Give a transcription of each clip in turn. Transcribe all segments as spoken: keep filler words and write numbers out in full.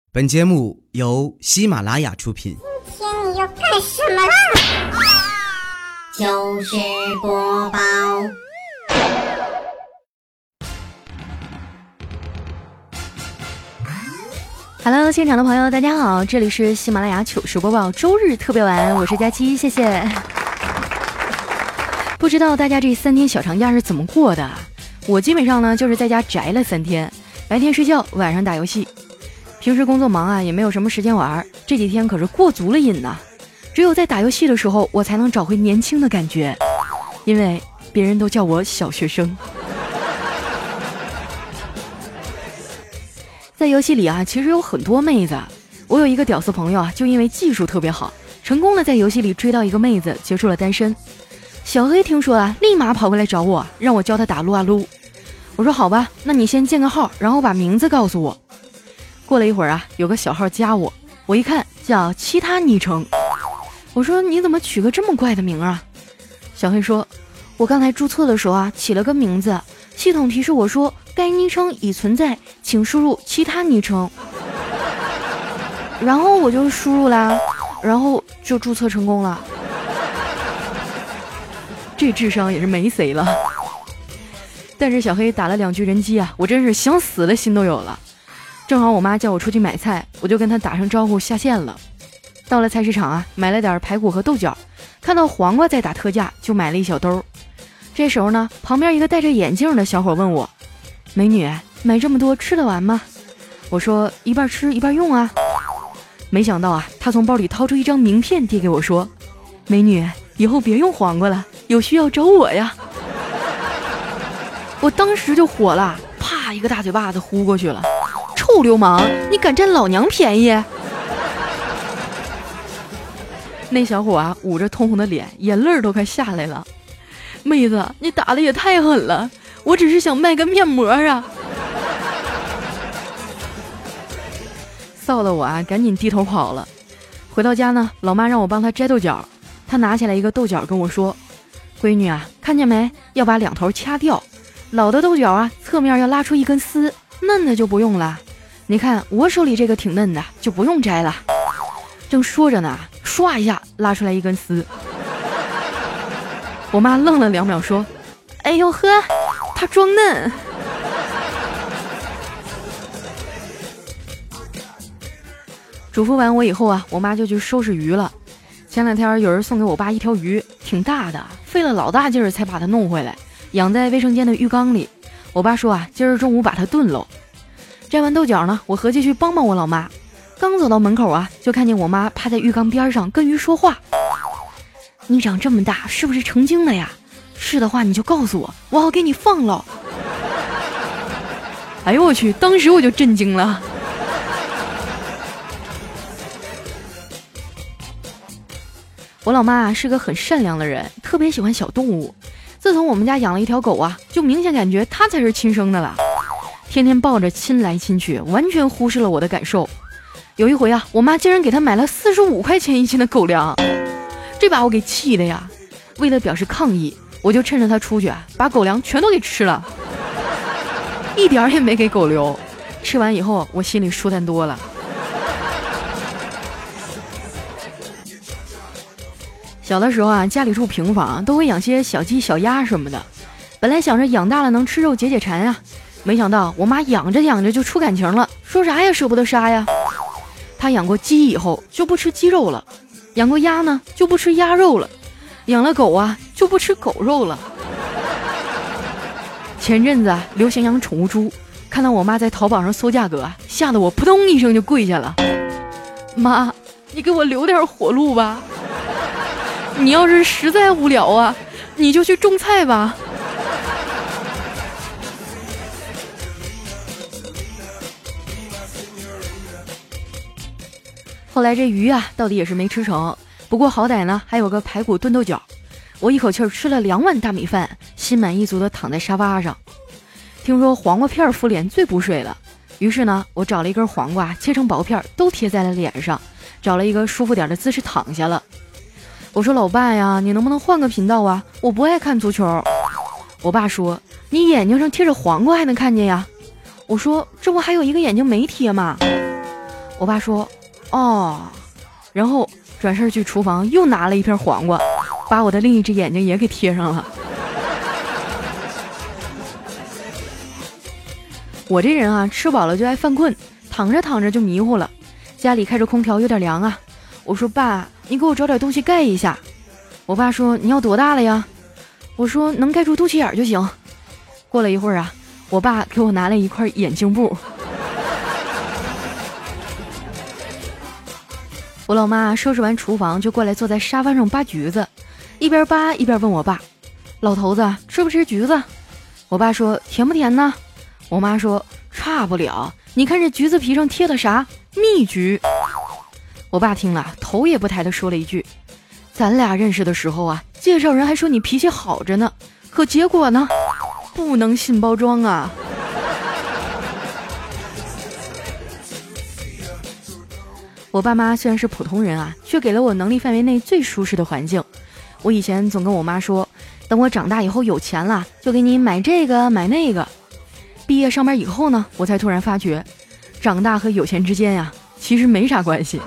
本节目由喜马拉雅出品。 今天你要干什么啦？ 糗事播报。 Hello， 现场的朋友，大家好，这里是喜马拉雅糗事播报周日特别晚，我是佳期，谢谢。不知道大家这三天小长假是怎么过的？我基本上呢就是在家宅了三天，白天睡觉，晚上打游戏。平时工作忙啊，也没有什么时间玩，这几天可是过足了瘾呐。只有在打游戏的时候，我才能找回年轻的感觉，因为别人都叫我小学生。在游戏里啊，其实有很多妹子。我有一个屌丝朋友啊，就因为技术特别好，成功的在游戏里追到一个妹子，结束了单身。小黑听说啊，立马跑过来找我，让我教他打撸啊撸。我说好吧，那你先建个号，然后把名字告诉我。过了一会儿啊，有个小号加我，我一看叫其他昵称。我说你怎么取个这么怪的名啊？小黑说，我刚才注册的时候啊，起了个名字，系统提示我说该昵称已存在，请输入其他昵称。然后我就输入啦，然后就注册成功了。这智商也是没谁了。但是小黑打了两局人机啊，我真是想死的心都有了。正好我妈叫我出去买菜，我就跟她打声招呼下线了。到了菜市场啊，买了点排骨和豆角，看到黄瓜在打特价，就买了一小兜。这时候呢，旁边一个戴着眼镜的小伙问我，美女，买这么多吃得完吗？我说一半吃一半用啊。没想到啊，他从包里掏出一张名片递给我说，美女，以后别用黄瓜了，有需要找我呀。我当时就火了，啪一个大嘴巴子呼过去了。臭流氓，你敢占老娘便宜？那小伙啊，捂着通红的脸，眼泪都快下来了。妹子，你打的也太狠了，我只是想卖个面膜啊。臊得我啊，赶紧低头跑了。回到家呢，老妈让我帮她摘豆角，她拿起来一个豆角跟我说，闺女啊，看见没，要把两头掐掉，老的豆角啊，侧面要拉出一根丝，嫩的就不用了。你看我手里这个挺嫩的，就不用摘了。正说着呢，唰一下拉出来一根丝。我妈愣了两秒说，哎呦呵，她装嫩。嘱咐完我以后啊，我妈就去收拾鱼了。前两天有人送给我爸一条鱼，挺大的，费了老大劲儿才把它弄回来，养在卫生间的浴缸里。我爸说啊，今儿中午把它炖喽。摘完豆角呢，我合计去帮帮我老妈。刚走到门口啊，就看见我妈趴在浴缸边上跟鱼说话。你长这么大是不是成精了呀？是的话你就告诉我，我好给你放了。哎呦我去，当时我就震惊了。我老妈啊是个很善良的人，特别喜欢小动物。自从我们家养了一条狗啊，就明显感觉她才是亲生的了。天天抱着亲来亲去，完全忽视了我的感受。有一回啊，我妈竟然给她买了四十五块钱一斤的狗粮，这把我给气的呀！为了表示抗议，我就趁着她出去啊，把狗粮全都给吃了，一点也没给狗留。吃完以后，我心里舒坦多了。小的时候啊，家里住平房，都会养些小鸡、小鸭什么的。本来想着养大了能吃肉解解馋啊，没想到我妈养着养着就出感情了，说啥也舍不得杀呀。她养过鸡以后就不吃鸡肉了，养过鸭呢就不吃鸭肉了，养了狗啊就不吃狗肉了。前阵子啊，流行养宠物猪，看到我妈在淘宝上搜价格，吓得我扑通一声就跪下了。妈，你给我留点活路吧。你要是实在无聊啊，你就去种菜吧。后来这鱼啊，到底也是没吃成，不过好歹呢还有个排骨炖豆角。我一口气吃了两碗大米饭，心满意足地躺在沙发上。听说黄瓜片敷脸最补水了，于是呢，我找了一根黄瓜切成薄片，都贴在了脸上，找了一个舒服点的姿势躺下了。我说老爸呀，你能不能换个频道啊？我不爱看足球。我爸说你眼睛上贴着黄瓜还能看见呀。我说这不还有一个眼睛没贴吗？ 我爸说哦，然后转身去厨房又拿了一片黄瓜，把我的另一只眼睛也给贴上了。我这人啊，吃饱了就爱犯困，躺着躺着就迷糊了。家里开着空调有点凉啊，我说爸，你给我找点东西盖一下。我爸说你要多大了呀？我说能盖住肚脐眼就行。过了一会儿啊，我爸给我拿了一块眼镜布。我老妈收拾完厨房就过来坐在沙发上扒橘子，一边扒一边问我爸，老头子吃不吃橘子？我爸说甜不甜呢？我妈说差不了，你看这橘子皮上贴的啥？蜜橘。我爸听了头也不抬地说了一句，咱俩认识的时候啊，介绍人还说你脾气好着呢，可结果呢，不能信包装啊。我爸妈虽然是普通人啊，却给了我能力范围内最舒适的环境。我以前总跟我妈说，等我长大以后有钱了，就给你买这个买那个。毕业上班以后呢，我才突然发觉，长大和有钱之间呀，其实没啥关系。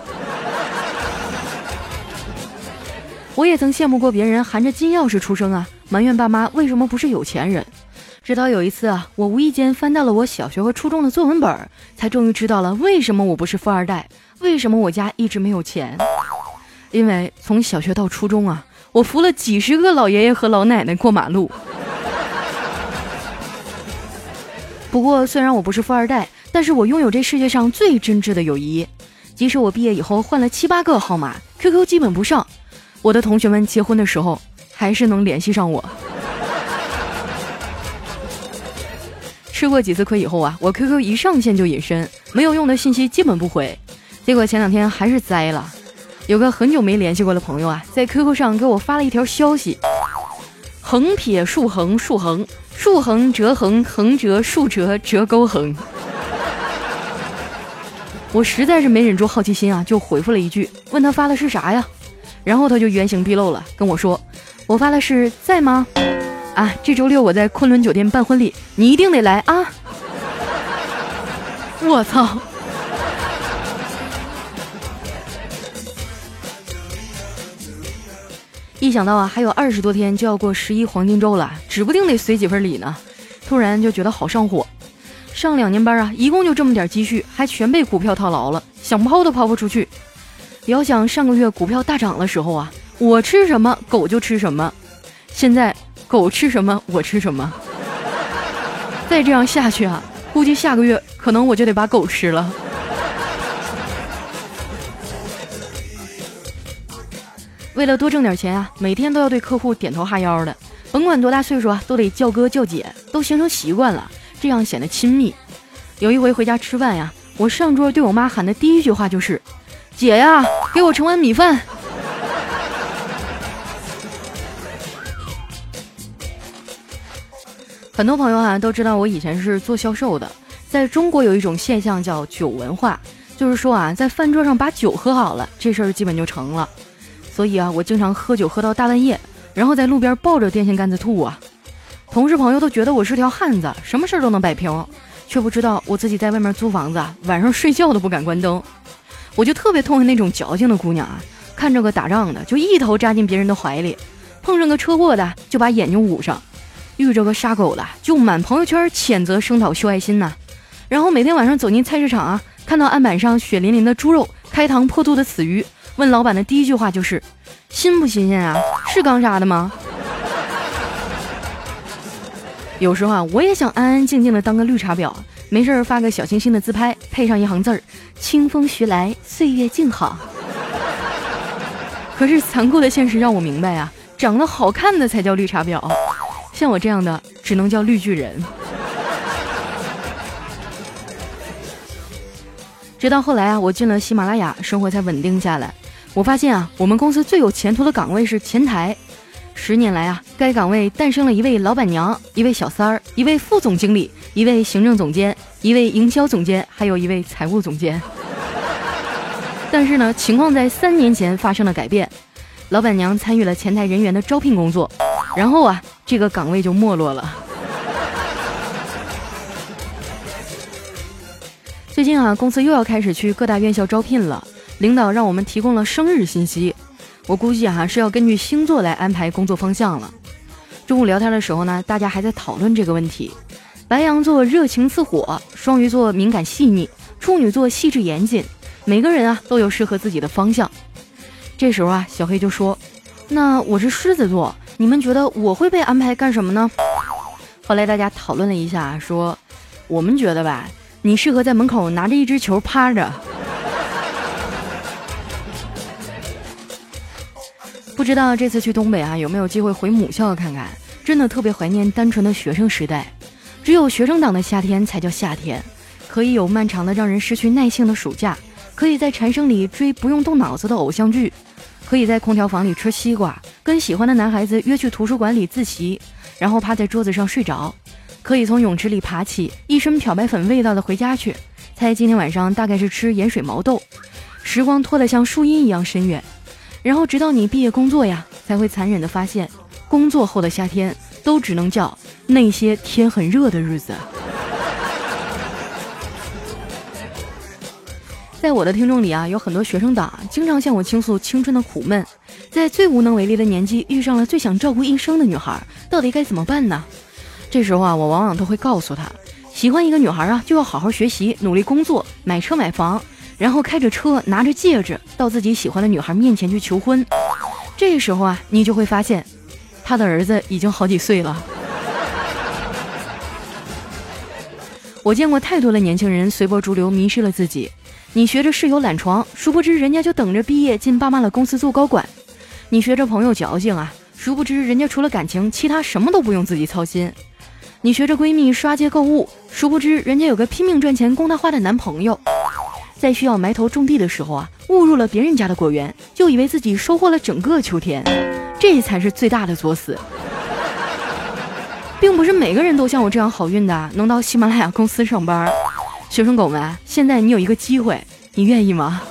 我也曾羡慕过别人含着金钥匙出生啊，埋怨爸妈为什么不是有钱人。直到有一次啊，我无意间翻到了我小学和初中的作文本，才终于知道了为什么我不是富二代，为什么我家一直没有钱。因为从小学到初中啊，我扶了几十个老爷爷和老奶奶过马路。不过虽然我不是富二代，但是我拥有这世界上最真挚的友谊。即使我毕业以后换了七八个号码， Q Q 基本不上，我的同学们结婚的时候还是能联系上我。吃过几次亏以后啊，我 Q Q 一上线就隐身，没有用的信息基本不回。结果前两天还是栽了，有个很久没联系过的朋友啊，在 Q Q 上给我发了一条消息，横撇竖横竖横竖横折横横折竖折折钩横。我实在是没忍住好奇心啊，就回复了一句，问他发的是啥呀？然后他就原形毕露了，跟我说，我发的是在吗？啊，这周六我在昆仑酒店办婚礼，你一定得来啊！我操！一想到啊，还有二十多天就要过十一黄金周了，指不定得随几份礼呢，突然就觉得好上火。上两年班啊，一共就这么点积蓄，还全被股票套牢了，想抛都抛不出去。遥想上个月股票大涨的时候啊，我吃什么狗就吃什么，现在狗吃什么我吃什么。再这样下去啊，估计下个月可能我就得把狗吃了。为了多挣点钱啊，每天都要对客户点头哈腰的，甭管多大岁数啊，都得叫哥叫姐，都形成习惯了，这样显得亲密。有一回回家吃饭呀，我上桌对我妈喊的第一句话就是，姐呀，给我盛碗米饭。很多朋友啊都知道我以前是做销售的，在中国有一种现象叫酒文化，就是说啊，在饭桌上把酒喝好了，这事儿基本就成了。所以啊，我经常喝酒喝到大半夜，然后在路边抱着电线杆子吐啊。同事朋友都觉得我是条汉子，什么事都能摆平，却不知道我自己在外面租房子，晚上睡觉都不敢关灯。我就特别痛恨那种矫情的姑娘啊，看着个打仗的就一头扎进别人的怀里，碰上个车祸的就把眼睛捂上，遇着个杀狗的就满朋友圈谴责声讨秀爱心呐、啊。然后每天晚上走进菜市场啊，看到案板上血淋淋的猪肉，开膛破肚的死鱼，问老板的第一句话就是新不新鲜啊？是刚杀的吗？有时候啊，我也想安安静静的当个绿茶婊，没事发个小清新的自拍，配上一行字儿，清风徐来，岁月静好。可是残酷的现实让我明白啊，长得好看的才叫绿茶婊，像我这样的只能叫绿巨人。直到后来啊，我进了喜马拉雅，生活才稳定下来。我发现啊，我们公司最有前途的岗位是前台。十年来啊，该岗位诞生了一位老板娘，一位小三儿，一位副总经理，一位行政总监，一位营销总监，还有一位财务总监。但是呢，情况在三年前发生了改变，老板娘参与了前台人员的招聘工作，然后啊，这个岗位就没落了。最最近啊，公司又要开始去各大院校招聘了，领导让我们提供了生日信息，我估计啊是要根据星座来安排工作方向了。中午聊天的时候呢，大家还在讨论这个问题。白羊座热情似火，双鱼座敏感细腻，处女座细致严谨，每个人啊都有适合自己的方向。这时候啊，小黑就说：那我是狮子座，你们觉得我会被安排干什么呢？后来大家讨论了一下，说我们觉得吧，你适合在门口拿着一只球趴着。不知道这次去东北啊，有没有机会回母校看看？真的特别怀念单纯的学生时代。只有学生党的夏天才叫夏天，可以有漫长的让人失去耐性的暑假，可以在蝉声里追不用动脑子的偶像剧，可以在空调房里吃西瓜，跟喜欢的男孩子约去图书馆里自习，然后趴在桌子上睡着，可以从泳池里爬起，一身漂白粉味道的回家去，猜今天晚上大概是吃盐水毛豆。时光拖得像树荫一样深远，然后直到你毕业工作呀，才会残忍地发现，工作后的夏天都只能叫那些天很热的日子。在我的听众里啊，有很多学生党经常向我倾诉青春的苦闷，在最无能为力的年纪遇上了最想照顾一生的女孩，到底该怎么办呢？这时候啊，我往往都会告诉她，喜欢一个女孩啊，就要好好学习，努力工作，买车买房，然后开着车拿着戒指到自己喜欢的女孩面前去求婚。这时候啊，你就会发现他的儿子已经好几岁了。我见过太多的年轻人随波逐流，迷失了自己。你学着室友懒床，殊不知人家就等着毕业进爸妈的公司做高管。你学着朋友矫情啊，殊不知人家除了感情其他什么都不用自己操心。你学着闺蜜刷街购物，殊不知人家有个拼命赚钱供她花的男朋友。在需要埋头种地的时候啊，误入了别人家的果园，就以为自己收获了整个秋天，这才是最大的作死。并不是每个人都像我这样好运的，能到喜马拉雅公司上班。学生狗们，现在你有一个机会，你愿意吗？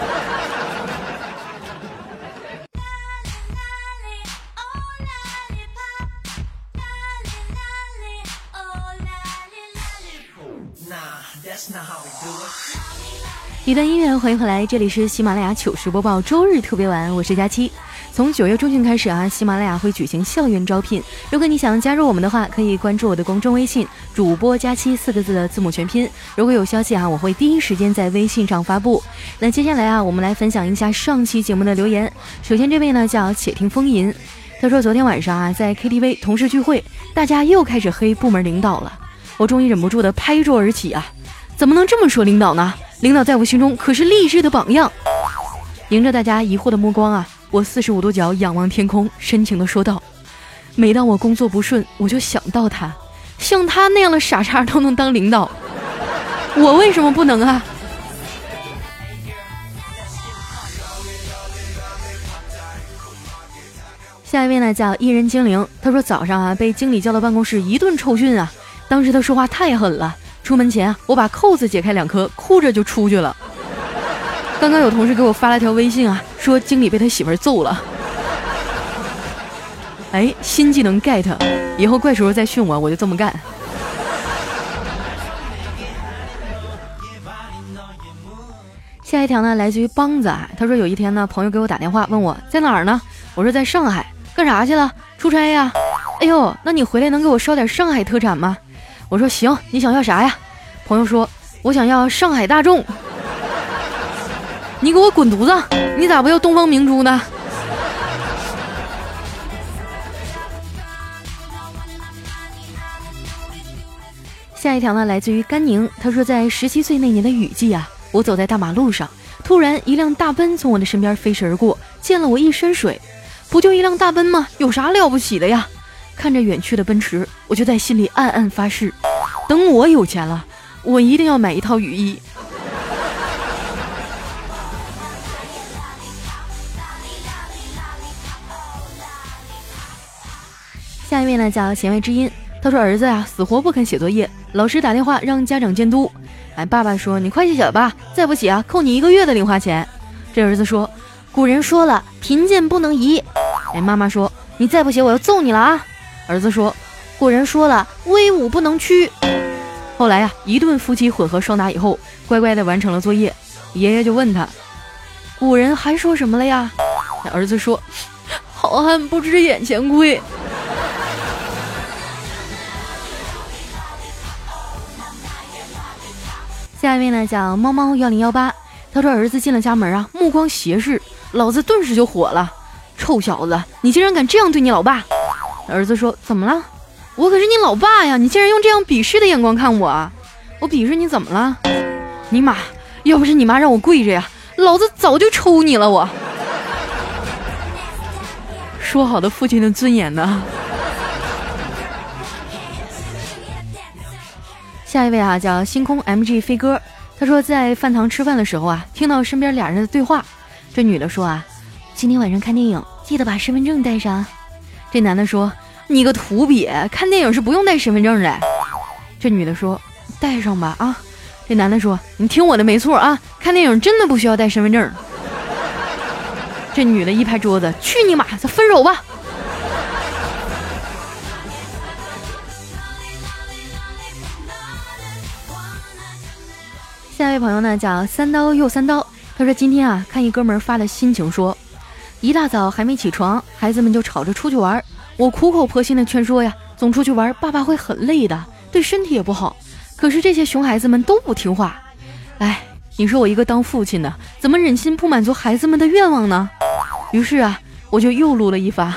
一段音乐，欢迎回来，这里是喜马拉雅糗事播报周日特别晚，我是佳期。从九月中旬开始啊，喜马拉雅会举行校园招聘。如果你想加入我们的话，可以关注我的公众微信主播佳期四个字的字母全拼。如果有消息啊，我会第一时间在微信上发布。那接下来啊，我们来分享一下上期节目的留言。首先这位呢叫且听风吟，他说昨天晚上啊在 K T V 同事聚会，大家又开始黑部门领导了，我终于忍不住的拍桌而起啊！怎么能这么说领导呢？领导在我心中可是励志的榜样。迎着大家疑惑的目光啊，我四十五度角仰望天空，深情地说道：每当我工作不顺，我就想到他，像他那样的傻叉都能当领导，我为什么不能啊？下一位呢叫艺人精灵，他说早上啊被经理叫到办公室一顿臭训啊，当时他说话太狠了，出门前啊我把扣子解开两颗，哭着就出去了。刚刚有同事给我发了条微信啊，说经理被他媳妇儿揍了。哎，新技能 get， 以后怪时候再训我，我就这么干。下一条呢，来自于帮子啊，他说有一天呢，朋友给我打电话问我在哪儿呢，我说在上海，干啥去了？出差呀。哎呦，那你回来能给我捎点上海特产吗？我说行，你想要啥呀？朋友说我想要上海大众。你给我滚犊子！你咋不要东方明珠呢？下一条呢，来自于甘宁，他说在十七岁那年的雨季啊，我走在大马路上，突然一辆大奔从我的身边飞驰而过，溅了我一身水。不就一辆大奔吗？有啥了不起的呀？看着远去的奔驰，我就在心里暗暗发誓，等我有钱了，我一定要买一套雨衣。下一位呢叫弦外之音，他说儿子呀死活不肯写作业，老师打电话让家长监督。哎，爸爸说你快写吧，再不写啊扣你一个月的零花钱。这儿子说古人说了贫贱不能移。哎，妈妈说你再不写我要揍你了啊。儿子说古人说了威武不能屈。后后来呀、啊，一顿夫妻混合双打以后，乖乖的完成了作业。爷爷就问他，古人还说什么了呀？儿子说，好汉不知眼前亏。下一位呢叫猫猫幺零幺八，他说儿子进了家门啊，目光斜视，老子顿时就火了，臭小子，你竟然敢这样对你老爸！儿子说，怎么了？我可是你老爸呀，你竟然用这样鄙视的眼光看我啊！我鄙视你怎么了？你妈，要不是你妈让我跪着呀，老子早就抽你了我。说好的父亲的尊严呢？下一位啊，叫星空 M G 飞哥，他说在饭堂吃饭的时候啊，听到身边俩人的对话。这女的说啊，今天晚上看电影记得把身份证带上。这男的说，你个土鳖，看电影是不用带身份证的。这女的说，带上吧啊。这男的说，你听我的没错啊，看电影真的不需要带身份证。这女的一拍桌子，去你妈，咱分手吧。下一位朋友呢叫三刀又三刀，他说今天啊看一哥们儿发的心情说，一大早还没起床，孩子们就吵着出去玩，我苦口婆心的劝说呀，总出去玩爸爸会很累的，对身体也不好，可是这些熊孩子们都不听话。哎，你说我一个当父亲的怎么忍心不满足孩子们的愿望呢？于是啊我就又录了一发。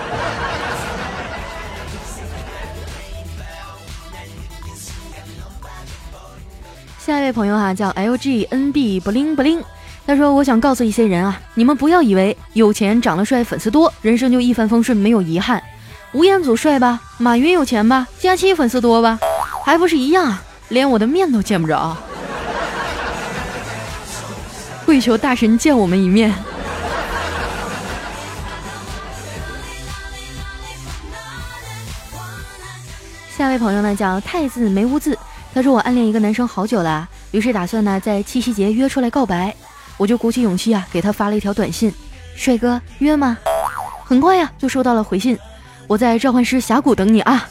下一位朋友哈、啊、叫 L G N B 不灵不灵，他说我想告诉一些人啊，你们不要以为有钱长得帅粉丝多人生就一帆风顺没有遗憾。吴彦祖帅吧，马云有钱吧，佳期粉丝多吧，还不是一样，连我的面都见不着。跪求大神见我们一面。下一位朋友呢叫太子没污字，他说我暗恋一个男生好久了，于是打算呢在七夕节约出来告白，我就鼓起勇气啊给他发了一条短信，帅哥约吗？很快呀、啊、就收到了回信，我在召唤师峡谷等你啊。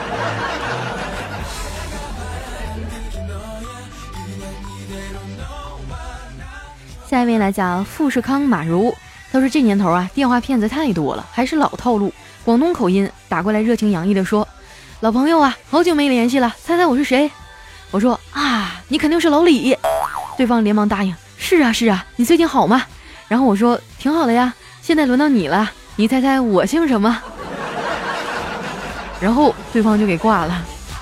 下一位呢叫富士康马如，他说这年头啊电话骗子太多了，还是老套路，广东口音打过来热情洋溢的说，老朋友啊，好久没联系了，猜猜我是谁？我说啊，你肯定是老李。对方连忙答应，是啊是啊，你最近好吗？然后我说挺好的呀，现在轮到你了，你猜猜我姓什么？然后对方就给挂了。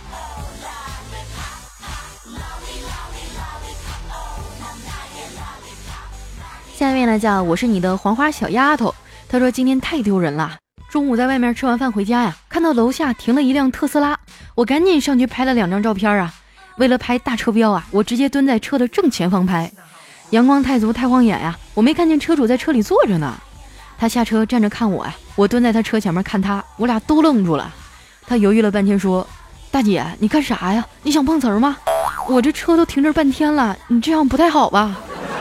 下一位呢叫我是你的黄花小丫头，他说今天太丢人了，中午在外面吃完饭回家呀，看到楼下停了一辆特斯拉，我赶紧上去拍了两张照片啊。为了拍大车标啊，我直接蹲在车的正前方拍，阳光太足太晃眼呀，我没看见车主在车里坐着呢。他下车站着看我呀，我蹲在他车前面看他，我俩都愣住了。他犹豫了半天说，大姐你干啥呀？你想碰瓷儿吗？我这车都停这半天了，你这样不太好吧？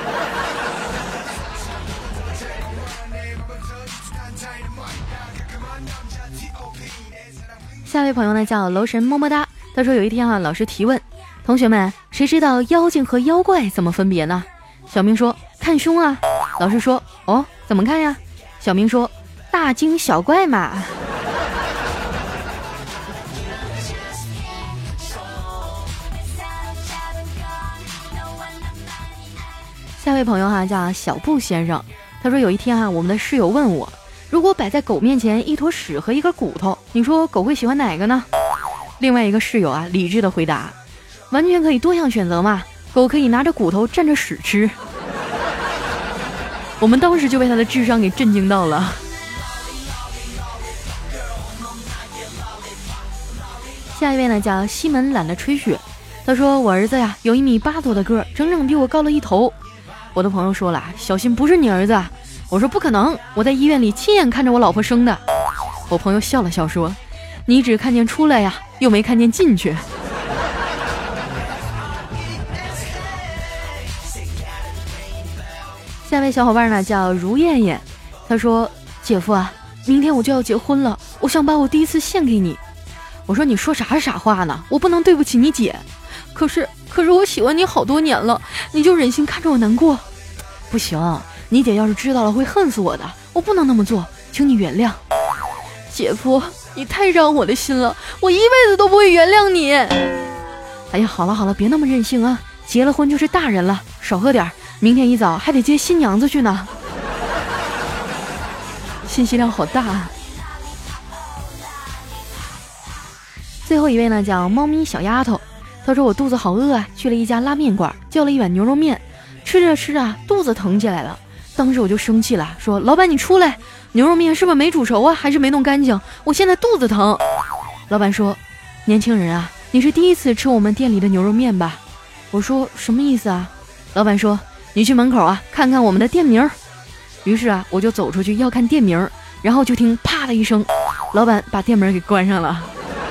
下一位朋友呢叫楼神么么哒，他说有一天啊，老师提问，同学们谁知道妖精和妖怪怎么分别呢？小明说看胸啊。老师说哦，怎么看呀？小明说大惊小怪嘛。下一位朋友哈、啊、叫小布先生，他说有一天啊，我们的室友问我，如果摆在狗面前一坨屎和一根骨头，你说狗会喜欢哪个呢？另外一个室友啊理智的回答，完全可以多项选择嘛，狗可以拿着骨头蘸着屎吃。我们当时就被他的智商给震惊到了。下一位呢叫西门懒得吹雪，他说我儿子呀有一米八多的个，整整比我高了一头。我的朋友说了，小心不是你儿子。我说不可能，我在医院里亲眼看着我老婆生的。我朋友笑了笑说，你只看见出来呀，又没看见进去。下位小伙伴呢叫如燕燕，他说姐夫啊，明天我就要结婚了，我想把我第一次献给你。我说你说啥傻话呢，我不能对不起你姐。 可是可是我喜欢你好多年了，你就忍心看着我难过？不行，你姐要是知道了会恨死我的，我不能那么做，请你原谅。姐夫，你太伤我的心了，我一辈子都不会原谅你。哎呀，好了好了，别那么任性啊，结了婚就是大人了，少喝点，明天一早还得接新娘子去呢。信息量好大啊。最后一位呢叫猫咪小丫头，她说我肚子好饿啊，去了一家拉面馆，叫了一碗牛肉面，吃着吃着肚子疼起来了。当时我就生气了，说老板你出来，牛肉面是不是没煮熟啊，还是没弄干净？我现在肚子疼。老板说，年轻人啊，你是第一次吃我们店里的牛肉面吧？我说什么意思啊？老板说，你去门口啊看看我们的店名。于是啊我就走出去要看店名，然后就听啪的一声，老板把店门给关上了。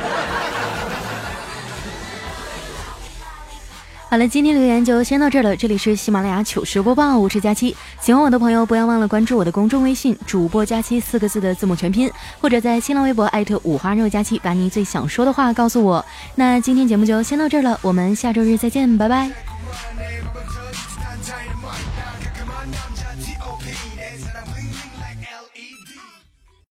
好了，今天留言就先到这儿了。这里是喜马拉雅糗事播报，我是佳期。喜欢我的朋友不要忘了关注我的公众微信主播佳期四个字的字母全拼，或者在新浪微博艾特五花肉佳期，把你最想说的话告诉我。那今天节目就先到这儿了，我们下周日再见，拜拜。 T O P 내 사랑 bling bling like L E D